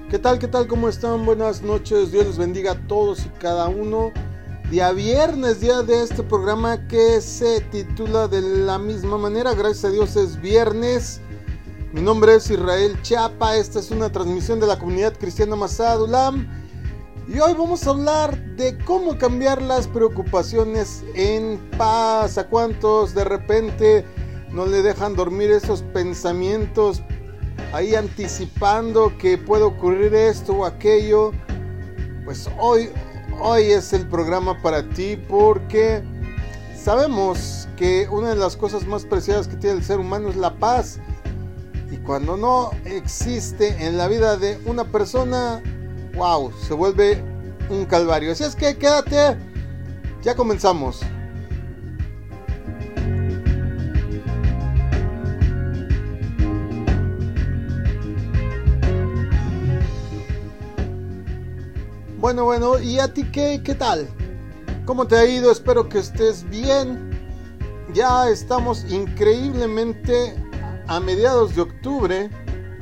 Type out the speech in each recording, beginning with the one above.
¿Qué tal? ¿Cómo están? Buenas noches, Dios les bendiga a todos y cada uno. Día viernes, día de este programa que se titula de la misma manera, gracias a Dios es viernes. Mi nombre es Israel Chapa, esta es una transmisión de la comunidad cristiana Masada Adulam. Y hoy vamos a hablar de cómo cambiar las preocupaciones en paz. ¿A cuántos de repente no le dejan dormir esos pensamientos ahí anticipando que puede ocurrir esto o aquello? Pues hoy es el programa para ti, porque sabemos que una de las cosas más preciadas que tiene el ser humano es la paz, y cuando no existe en la vida de una persona, wow, se vuelve un calvario. Así es que quédate, ya comenzamos. Bueno, ¿y a ti qué tal? ¿Cómo te ha ido? Espero que estés bien. Ya estamos increíblemente a mediados de octubre.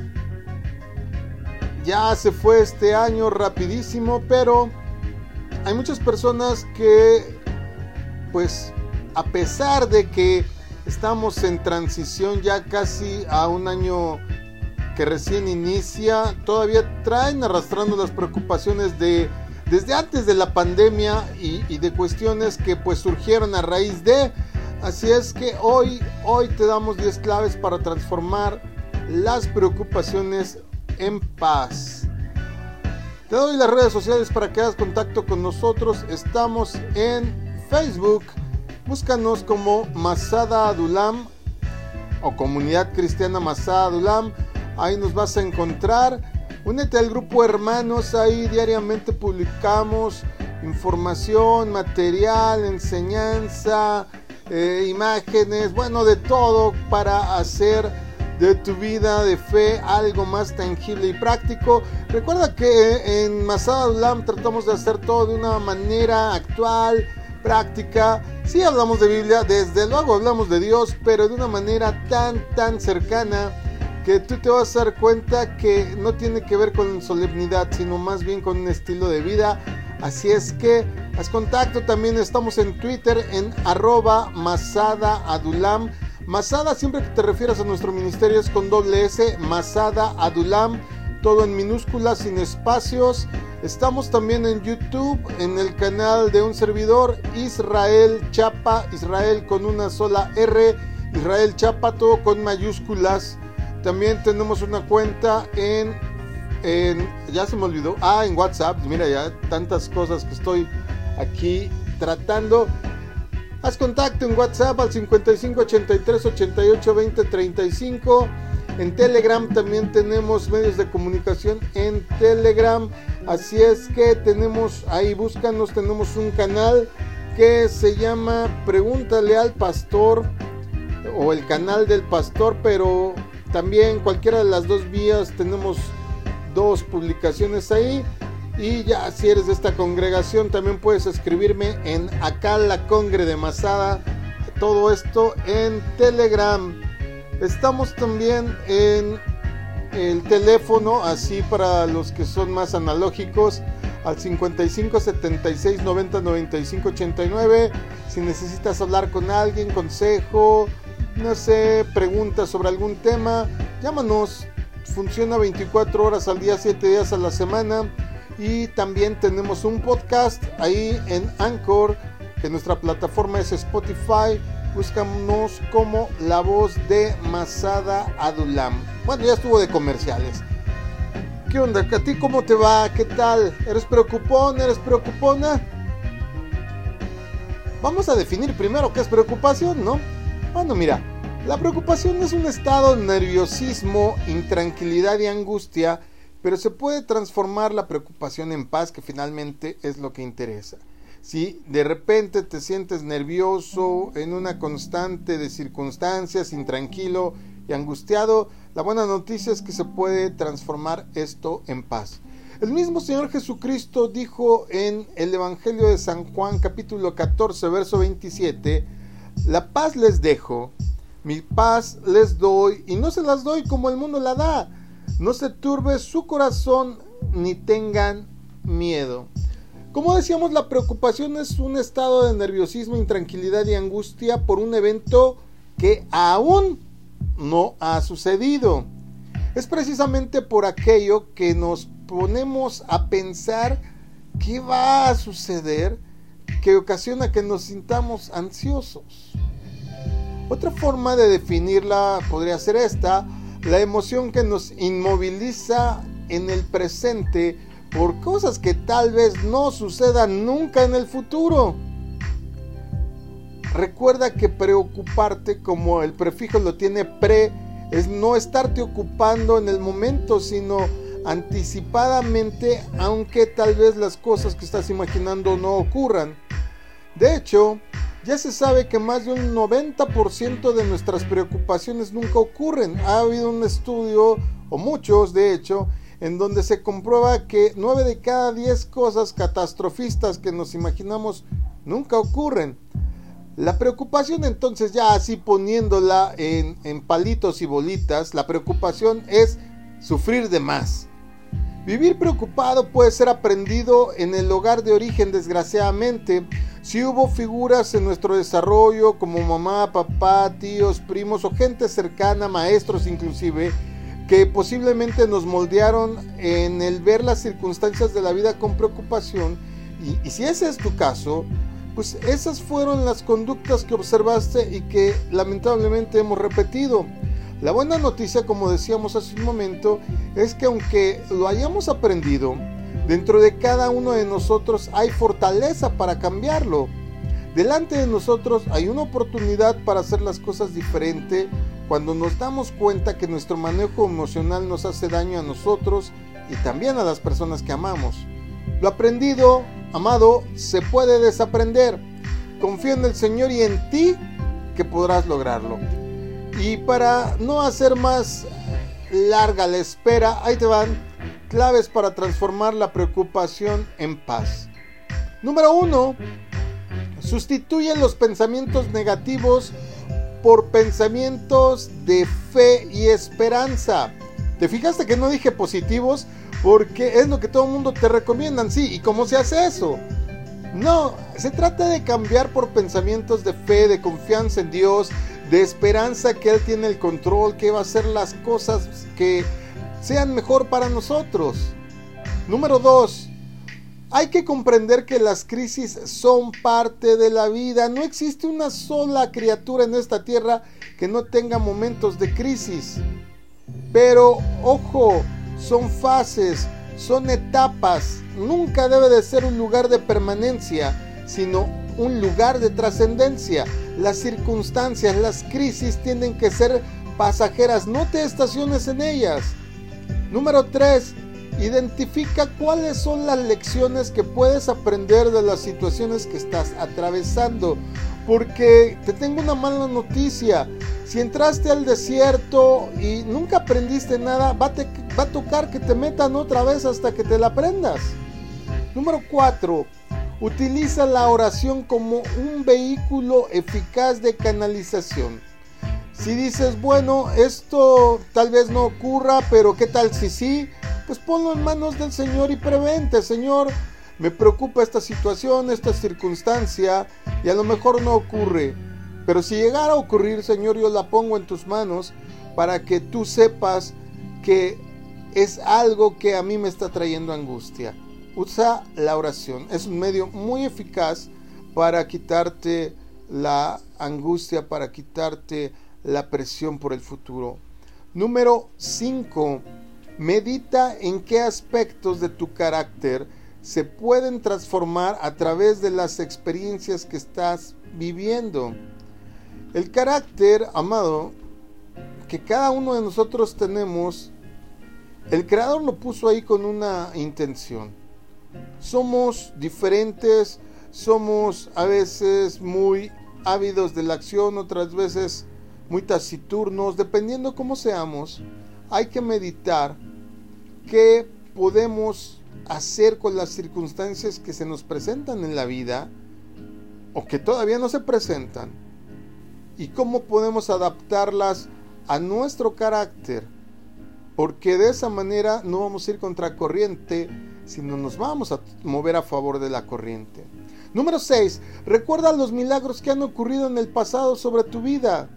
Ya se fue este año rapidísimo, pero hay muchas personas que, pues, a pesar de que estamos en transición ya casi a un año que recién inicia, todavía traen arrastrando las preocupaciones desde antes de la pandemia y de cuestiones que pues surgieron a raíz de. Así es que hoy te damos 10 claves para transformar las preocupaciones en paz. Te doy las redes sociales para que hagas contacto con nosotros. Estamos en Facebook, búscanos como Masada Adulam o Comunidad Cristiana Masada Adulam. Ahí nos vas a encontrar. Únete al grupo Hermanos, ahí diariamente publicamos información, material, enseñanza, imágenes, bueno, de todo para hacer de tu vida de fe algo más tangible y práctico. Recuerda que en Masada Adulam tratamos de hacer todo de una manera actual, práctica. Sí hablamos de Biblia, desde luego hablamos de Dios, pero de una manera tan cercana que tú te vas a dar cuenta que no tiene que ver con solemnidad, sino más bien con un estilo de vida. Así es que haz contacto. También estamos en Twitter en @MasadaAdulam. Masada, siempre que te refieras a nuestro ministerio, es con doble S, Masada Adulam, todo en minúsculas, sin espacios. Estamos también en YouTube, en el canal de un servidor, Israel Chapa, Israel con una sola R, Israel Chapa, todo con mayúsculas. También tenemos una cuenta en ya se me olvidó, en WhatsApp. Mira, ya tantas cosas que estoy aquí tratando. Haz contacto en WhatsApp al 55 83 88 20 35. En Telegram también tenemos medios de comunicación en Telegram. Así es que tenemos ahí, búscanos, tenemos un canal que se llama Pregúntale al Pastor, o el canal del pastor, pero también cualquiera de las dos vías, tenemos dos publicaciones ahí. Y ya si eres de esta congregación, también puedes escribirme en acá la congre de Masada. Todo esto en Telegram. Estamos también en el teléfono, así para los que son más analógicos, al 55 76 90 95 89. Si necesitas hablar con alguien, consejo, no sé, preguntas sobre algún tema, llámanos. Funciona 24 horas al día, 7 días a la semana. Y también tenemos un podcast ahí en Anchor, que nuestra plataforma es Spotify. Búscanos como La Voz de Masada Adulam. Bueno, ya estuvo de comerciales. ¿Qué onda? ¿A ti cómo te va? ¿Qué tal? ¿Eres preocupón? ¿Eres preocupona? Vamos a definir primero qué es preocupación, ¿no? Bueno, mira, la preocupación es un estado de nerviosismo, intranquilidad y angustia, pero se puede transformar la preocupación en paz, que finalmente es lo que interesa. Si de repente te sientes nervioso, en una constante de circunstancias, intranquilo y angustiado, la buena noticia es que se puede transformar esto en paz. El mismo Señor Jesucristo dijo en el Evangelio de San Juan, capítulo 14, verso 27, la paz les dejo, mi paz les doy, y no se las doy como el mundo la da. No se turbe su corazón ni tengan miedo. Como decíamos, la preocupación es un estado de nerviosismo, intranquilidad y angustia por un evento que aún no ha sucedido. Es precisamente por aquello que nos ponemos a pensar qué va a suceder que ocasiona que nos sintamos ansiosos. Otra forma de definirla podría ser esta: la emoción que nos inmoviliza en el presente por cosas que tal vez no sucedan nunca en el futuro. Recuerda que preocuparte, como el prefijo lo tiene pre, es no estarte ocupando en el momento, sino anticipadamente, aunque tal vez las cosas que estás imaginando no ocurran. De hecho, ya se sabe que más de un 90% de nuestras preocupaciones nunca ocurren. Ha habido un estudio, o muchos de hecho, en donde se comprueba que 9 de cada 10 cosas catastrofistas que nos imaginamos nunca ocurren. La preocupación, entonces, ya así poniéndola en palitos y bolitas, la preocupación es sufrir de más. Vivir preocupado puede ser aprendido en el hogar de origen, desgraciadamente. Si hubo figuras en nuestro desarrollo como mamá, papá, tíos, primos o gente cercana, maestros inclusive, que posiblemente nos moldearon en el ver las circunstancias de la vida con preocupación, y si ese es tu caso, pues esas fueron las conductas que observaste y que lamentablemente hemos repetido. La buena noticia, como decíamos hace un momento, es que aunque lo hayamos aprendido, dentro de cada uno de nosotros hay fortaleza para cambiarlo. Delante de nosotros hay una oportunidad para hacer las cosas diferente cuando nos damos cuenta que nuestro manejo emocional nos hace daño a nosotros y también a las personas que amamos. Lo aprendido, amado, se puede desaprender. Confía en el Señor y en ti que podrás lograrlo. Y para no hacer más larga la espera, ahí te van claves para transformar la preocupación en paz. Número 1. Sustituye los pensamientos negativos por pensamientos de fe y esperanza. ¿Te fijaste que no dije positivos? Porque es lo que todo el mundo te recomiendan. Sí, ¿y cómo se hace eso? No, se trata de cambiar por pensamientos de fe, de confianza en Dios, de esperanza que Él tiene el control, que va a hacer las cosas que sean mejor para nosotros. Número 2. Hay que comprender que las crisis son parte de la vida. No existe una sola criatura en esta tierra que no tenga momentos de crisis. Pero, ojo, son fases, son etapas. Nunca debe de ser un lugar de permanencia, sino un lugar de trascendencia. Las circunstancias, las crisis tienen que ser pasajeras. No te estaciones en ellas. Número 3. Identifica cuáles son las lecciones que puedes aprender de las situaciones que estás atravesando. Porque te tengo una mala noticia. Si entraste al desierto y nunca aprendiste nada, va a tocar que te metan otra vez hasta que te la aprendas. Número 4. Utiliza la oración como un vehículo eficaz de canalización. Si dices, bueno, esto tal vez no ocurra, pero ¿qué tal si sí? Pues ponlo en manos del Señor y prevente. Señor, me preocupa esta situación, esta circunstancia, y a lo mejor no ocurre. Pero si llegara a ocurrir, Señor, yo la pongo en tus manos para que tú sepas que es algo que a mí me está trayendo angustia. Usa la oración. Es un medio muy eficaz para quitarte la angustia, para quitarte la presión por el futuro. Número 5. Medita en qué aspectos de tu carácter se pueden transformar a través de las experiencias que estás viviendo. El carácter, amado, que cada uno de nosotros tenemos, el Creador lo puso ahí con una intención. Somos diferentes, somos a veces muy ávidos de la acción, otras veces muy taciturnos, dependiendo cómo seamos. Hay que meditar qué podemos hacer con las circunstancias que se nos presentan en la vida o que todavía no se presentan y cómo podemos adaptarlas a nuestro carácter. porque de esa manera no vamos a ir contra corriente, sino nos vamos a mover a favor de la corriente. Número 6. Recuerda los milagros que han ocurrido en el pasado sobre tu vida.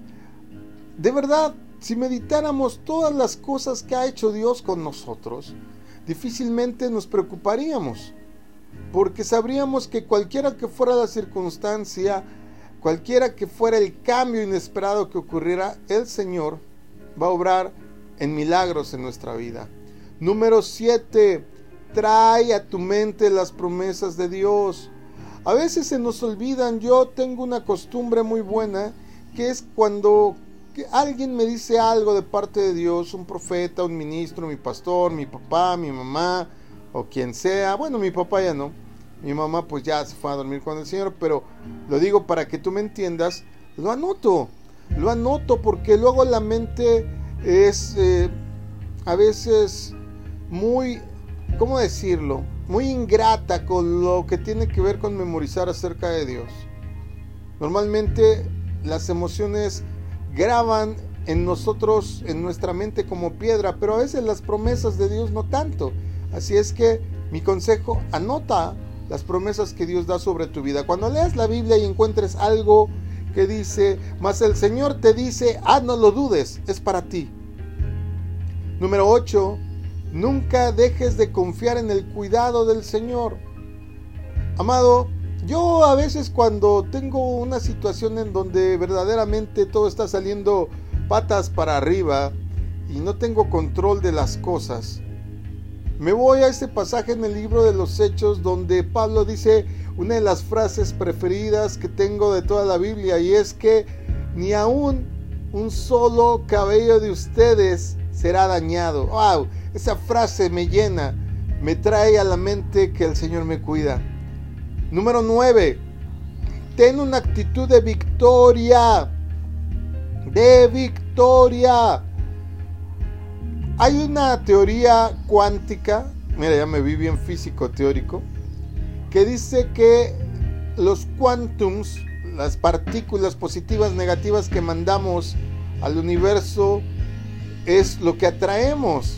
De verdad, si meditáramos todas las cosas que ha hecho Dios con nosotros, difícilmente nos preocuparíamos, porque sabríamos que cualquiera que fuera la circunstancia, cualquiera que fuera el cambio inesperado que ocurriera, el Señor va a obrar en milagros en nuestra vida. Número 7. Trae a tu mente las promesas de Dios. A veces se nos olvidan. Yo tengo una costumbre muy buena, que es cuando alguien me dice algo de parte de Dios, un profeta, un ministro, mi pastor, mi papá, mi mamá, o quien sea. Bueno, mi papá ya no. Mi mamá pues ya se fue a dormir con el Señor, pero lo digo para que tú me entiendas. Lo anoto porque luego la mente es a veces muy, ¿cómo decirlo?, muy ingrata con lo que tiene que ver con memorizar acerca de Dios. Normalmente las emociones graban en nosotros, en nuestra mente como piedra, pero a veces las promesas de Dios no tanto. Así es que mi consejo: anota las promesas que Dios da sobre tu vida. Cuando leas la Biblia y encuentres algo que dice, mas el Señor te dice, no lo dudes, es para ti. Número 8. Nunca dejes de confiar en el cuidado del Señor. Amado, yo a veces cuando tengo una situación en donde verdaderamente todo está saliendo patas para arriba y no tengo control de las cosas, me voy a este pasaje en el libro de los Hechos donde Pablo dice una de las frases preferidas que tengo de toda la Biblia, y es que ni aún un solo cabello de ustedes será dañado. ¡Wow! Esa frase me llena, me trae a la mente que el Señor me cuida. Número 9. Ten una actitud de victoria. De victoria. Hay una teoría cuántica, mira, ya me vi bien físico teórico, que dice que los quantums, las partículas positivas, negativas que mandamos al universo, es lo que atraemos.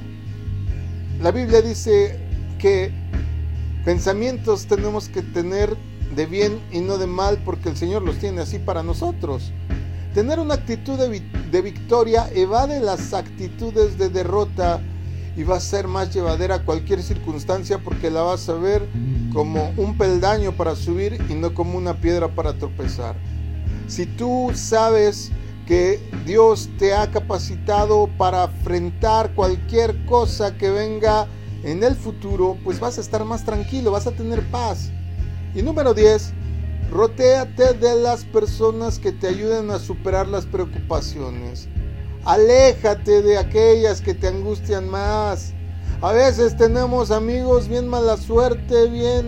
La Biblia dice que pensamientos tenemos que tener de bien y no de mal, porque el Señor los tiene así para nosotros. Tener una actitud de victoria evade las actitudes de derrota y va a ser más llevadera cualquier circunstancia, porque la vas a ver como un peldaño para subir y no como una piedra para tropezar. Si tú sabes que Dios te ha capacitado para afrontar cualquier cosa que venga en el futuro, pues vas a estar más tranquilo, vas a tener paz. Y número 10, rodéate de las personas que te ayuden a superar las preocupaciones. Aléjate de aquellas que te angustian más. A veces tenemos amigos bien mala suerte, bien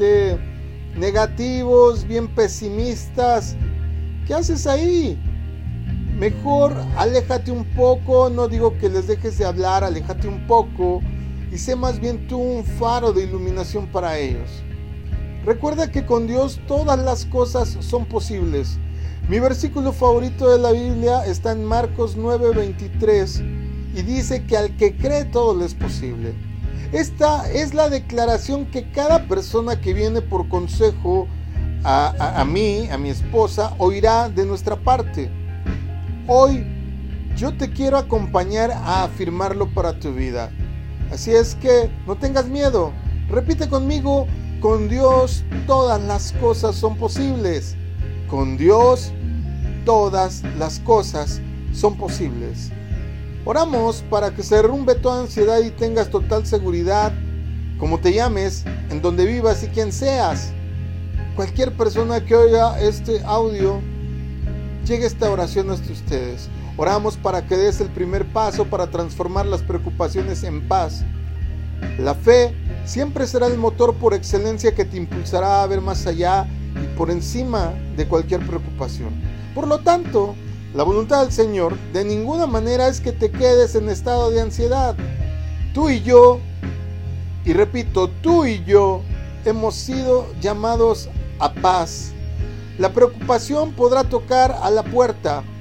negativos, bien pesimistas. ¿Qué haces ahí? Mejor aléjate un poco. No digo que les dejes de hablar, aléjate un poco y sé más bien tú un faro de iluminación para ellos. Recuerda que con Dios todas las cosas son posibles. Mi versículo favorito de la Biblia está en Marcos 9:23 y dice que al que cree todo le es posible. Esta es la declaración que cada persona que viene por consejo a mí, a mi esposa, oirá de nuestra parte. Hoy yo te quiero acompañar a afirmarlo para tu vida. Así es que no tengas miedo. Repite conmigo: con Dios todas las cosas son posibles. Con Dios todas las cosas son posibles. Oramos para que se derrumbe toda ansiedad y tengas total seguridad, como te llames, en donde vivas y quien seas. Cualquier persona que oiga este audio, llegue esta oración hasta ustedes. Oramos para que des el primer paso para transformar las preocupaciones en paz. La fe siempre será el motor por excelencia que te impulsará a ver más allá y por encima de cualquier preocupación. Por lo tanto, la voluntad del Señor de ninguna manera es que te quedes en estado de ansiedad. Tú y yo, y repito, tú y yo hemos sido llamados a paz. La preocupación podrá tocar a la puerta,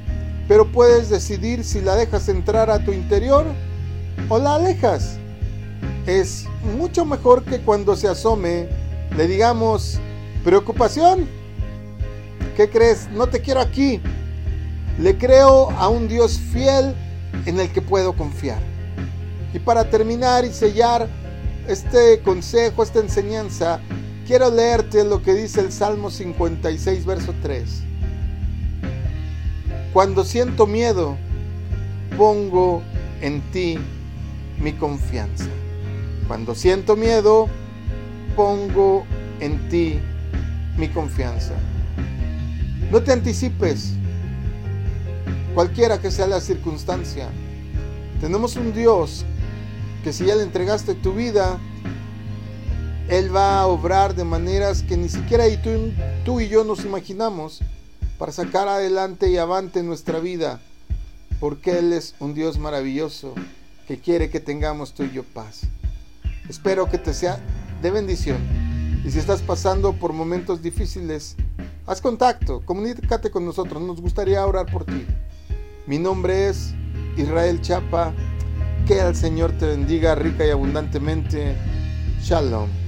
pero puedes decidir si la dejas entrar a tu interior o la alejas. Es mucho mejor que cuando se asome le digamos: preocupación, ¿qué crees? No te quiero aquí. Le creo a un Dios fiel en el que puedo confiar. Y para terminar y sellar este consejo, esta enseñanza, quiero leerte lo que dice el Salmo 56, verso 3. Cuando siento miedo, pongo en ti mi confianza. Cuando siento miedo, pongo en ti mi confianza. No te anticipes, cualquiera que sea la circunstancia. Tenemos un Dios que si ya le entregaste tu vida, Él va a obrar de maneras que ni siquiera tú y yo nos imaginamos, para sacar adelante y avante nuestra vida, porque Él es un Dios maravilloso que quiere que tengamos tú y yo paz. Espero que te sea de bendición, y si estás pasando por momentos difíciles, haz contacto, comunícate con nosotros, nos gustaría orar por ti. Mi nombre es Israel Chapa. Que el Señor te bendiga rica y abundantemente. Shalom.